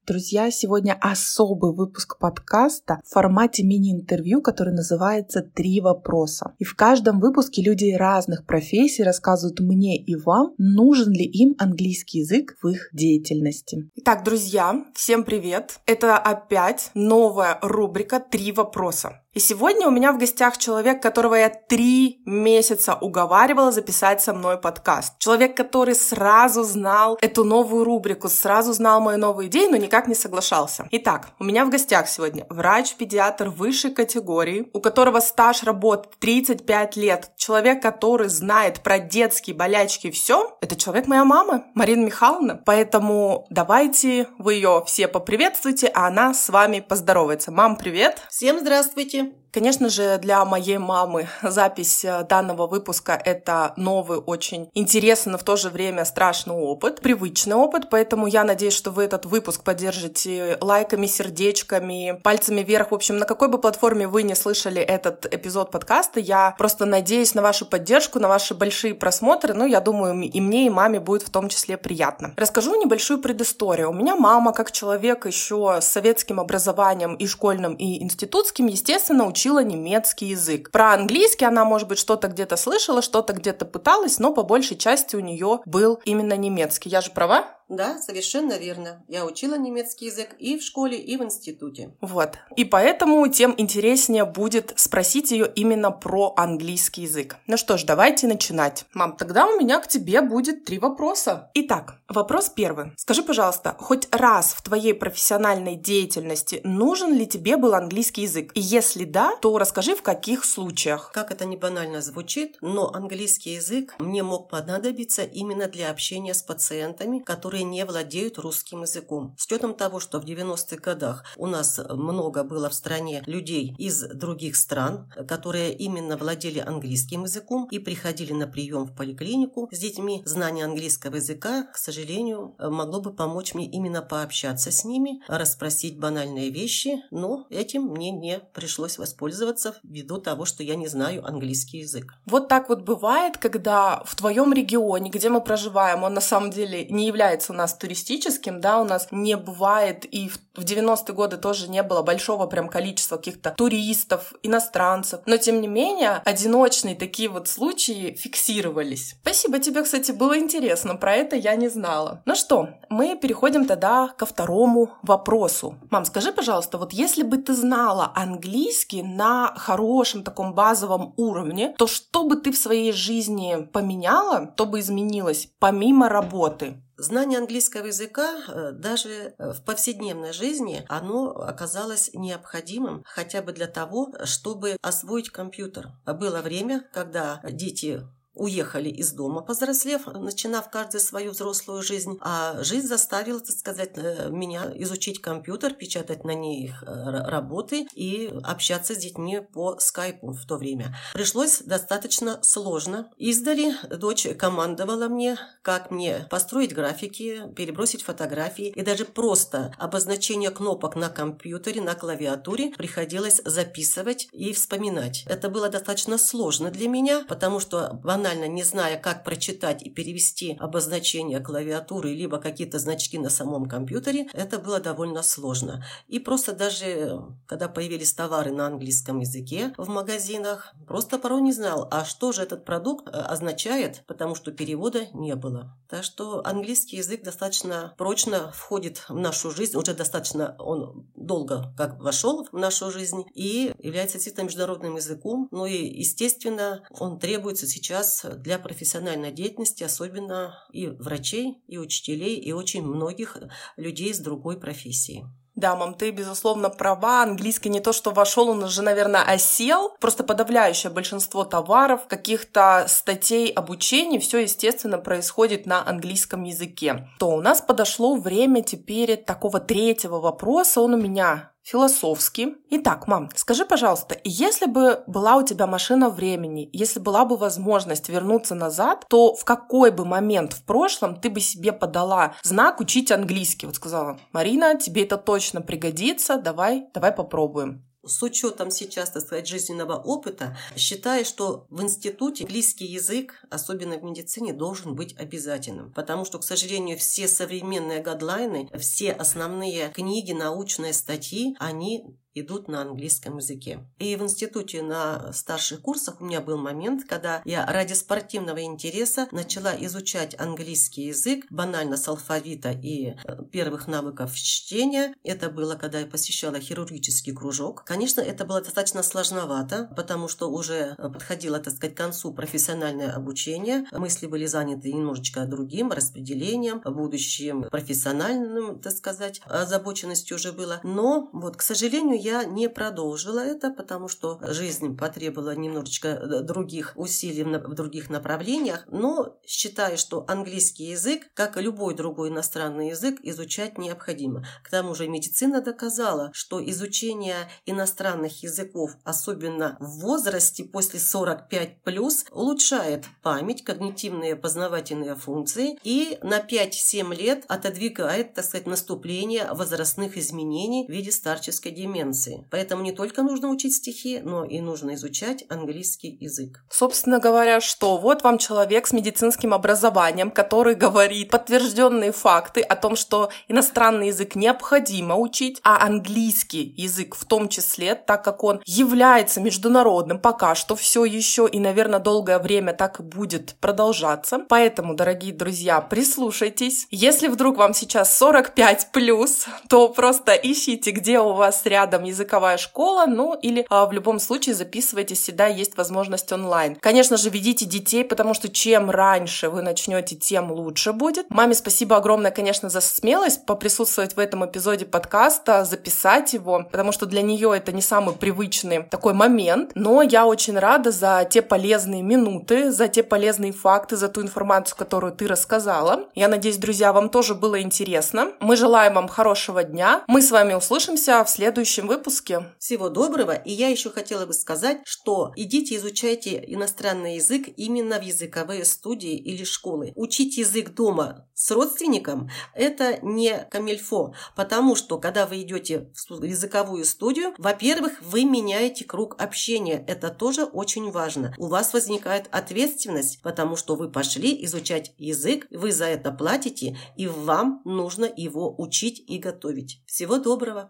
Друзья, сегодня особый выпуск подкаста в формате мини-интервью, который называется «Три вопроса». И в каждом выпуске люди разных профессий рассказывают мне и вам, нужен ли им английский язык в их деятельности. Итак, друзья, всем привет! Это опять новая рубрика «Три вопроса». И сегодня у меня в гостях человек, которого я 3 месяца уговаривала записать со мной подкаст. Человек, который сразу знал эту новую рубрику, сразу знал мою новую идею, но никак не соглашался. Итак, у меня в гостях сегодня врач-педиатр высшей категории, у которого стаж работы 35 лет. Человек, который знает про детские болячки все. Это человек моя мама, Марина Михайловна. Поэтому давайте вы ее все поприветствуйте, а она с вами поздоровается. Мам, привет! Всем здравствуйте! Конечно же, для моей мамы запись данного выпуска – это новый, очень интересный, но в то же время страшный опыт, привычный опыт, поэтому я надеюсь, что вы этот выпуск поддержите лайками, сердечками, пальцами вверх. В общем, на какой бы платформе вы не слышали этот эпизод подкаста, я просто надеюсь на вашу поддержку, на ваши большие просмотры, я думаю, и мне, и маме будет в том числе приятно. Расскажу небольшую предысторию. У меня мама, как человек еще с советским образованием и школьным, и институтским, естественно, учила немецкий язык. Про английский она, может быть, что-то где-то слышала, что-то где-то пыталась, но по большей части у нее был именно немецкий. Я же права? Да, совершенно верно. Я учила немецкий язык и в школе, и в институте. Вот. И поэтому тем интереснее будет спросить ее именно про английский язык. Ну что ж, давайте начинать. Мам, тогда у меня к тебе будет 3 вопроса. Итак, вопрос первый. Скажи, пожалуйста, хоть раз в твоей профессиональной деятельности нужен ли тебе был английский язык? И если да, то расскажи, в каких случаях. Как это не банально звучит, но английский язык мне мог понадобиться именно для общения с пациентами, которые не владеют русским языком. С учетом того, что в 90-х годах у нас много было в стране людей из других стран, которые именно владели английским языком и приходили на прием в поликлинику с детьми, знание английского языка, к сожалению, могло бы помочь мне именно пообщаться с ними, расспросить банальные вещи, но этим мне не пришлось воспользоваться ввиду того, что я не знаю английский язык. Вот так вот бывает, когда в твоем регионе, где мы проживаем, он на самом деле не является у нас туристическим, да, у нас не бывает, и в 90-е годы тоже не было большого прям количества каких-то туристов, иностранцев, но тем не менее одиночные такие вот случаи фиксировались. Спасибо тебе, кстати, было интересно, про это я не знала. Ну что, мы переходим тогда ко второму вопросу. Мам, скажи, пожалуйста, вот если бы ты знала английский на хорошем таком базовом уровне, то что бы ты в своей жизни поменяла, то бы изменилось помимо работы? Знание английского языка даже в повседневной жизни, оно оказалось необходимым хотя бы для того, чтобы освоить компьютер. Было время, когда дети уехали из дома, повзрослев, начинав каждый свою взрослую жизнь, а жизнь заставила, так сказать, меня изучить компьютер, печатать на них работы и общаться с детьми по скайпу в то время. Пришлось достаточно сложно. Издали дочь командовала мне, как мне построить графики, перебросить фотографии, и даже просто обозначение кнопок на компьютере, на клавиатуре приходилось записывать и вспоминать. Это было достаточно сложно для меня, потому что не зная, как прочитать и перевести обозначение клавиатуры либо какие-то значки на самом компьютере, это было довольно сложно. И просто даже, когда появились товары на английском языке в магазинах, просто порой не знал, а что же этот продукт означает, потому что перевода не было. Так что английский язык достаточно прочно входит в нашу жизнь, уже достаточно он долго как вошел в нашу жизнь и является действительно международным языком, но и, естественно, он требуется сейчас для профессиональной деятельности, особенно и врачей, и учителей, и очень многих людей с другой профессии. Да, мам, ты, безусловно, права. Английский не то, что вошел, он уже, наверное, осел. Просто подавляющее большинство товаров, каких-то статей обучения, все, естественно, происходит на английском языке. То у нас подошло время теперь такого третьего вопроса. Он у меня философски. Итак, мам, скажи, пожалуйста, если бы была у тебя машина времени, если была бы возможность вернуться назад, то в какой бы момент в прошлом ты бы себе подала знак учить английский? Вот сказала: Марина, тебе это точно пригодится, давай попробуем. С учетом сейчас, так сказать, жизненного опыта, считаю, что в институте английский язык, особенно в медицине, должен быть обязательным. Потому что, к сожалению, все современные гайдлайны, все основные книги, научные статьи, они идут на английском языке. И в институте на старших курсах у меня был момент, когда я ради спортивного интереса начала изучать английский язык, банально с алфавита и первых навыков чтения. Это было, когда я посещала хирургический кружок. Конечно, это было достаточно сложновато, потому что уже подходило, так сказать, к концу профессиональное обучение. Мысли были заняты немножечко другим распределением, будущим профессиональным, так сказать, озабоченностью уже было. Но, вот, к сожалению, я не продолжила это, потому что жизнь потребовала немножечко других усилий в других направлениях, но считаю, что английский язык, как и любой другой иностранный язык, изучать необходимо. К тому же медицина доказала, что изучение иностранных языков, особенно в возрасте после 45+, улучшает память, когнитивные познавательные функции и на 5-7 лет отодвигает, так сказать, наступление возрастных изменений в виде старческой деменции. Поэтому не только нужно учить стихи, но и нужно изучать английский язык. Собственно говоря, что вот вам человек с медицинским образованием, который говорит подтвержденные факты о том, что иностранный язык необходимо учить, а английский язык в том числе, так как он является международным пока что все еще и, наверное, долгое время так и будет продолжаться. Поэтому, дорогие друзья, прислушайтесь. Если вдруг вам сейчас 45+, то просто ищите, где у вас рядом языковая школа, ну или в любом случае записывайтесь, всегда есть возможность онлайн. Конечно же, ведите детей, потому что чем раньше вы начнете, тем лучше будет. Маме спасибо огромное, конечно, за смелость поприсутствовать в этом эпизоде подкаста, записать его, потому что для нее это не самый привычный такой момент, но я очень рада за те полезные минуты, за те полезные факты, за ту информацию, которую ты рассказала. Я надеюсь, друзья, вам тоже было интересно. Мы желаем вам хорошего дня. Мы с вами услышимся в следующем выпуске. Всего доброго. И я еще хотела бы сказать, что идите изучайте иностранный язык именно в языковые студии или школы. Учить язык дома с родственником – это не камильфо, потому что, когда вы идете в языковую студию, во-первых, вы меняете круг общения. Это тоже очень важно. У вас возникает ответственность, потому что вы пошли изучать язык, вы за это платите, и вам нужно его учить и готовить. Всего доброго!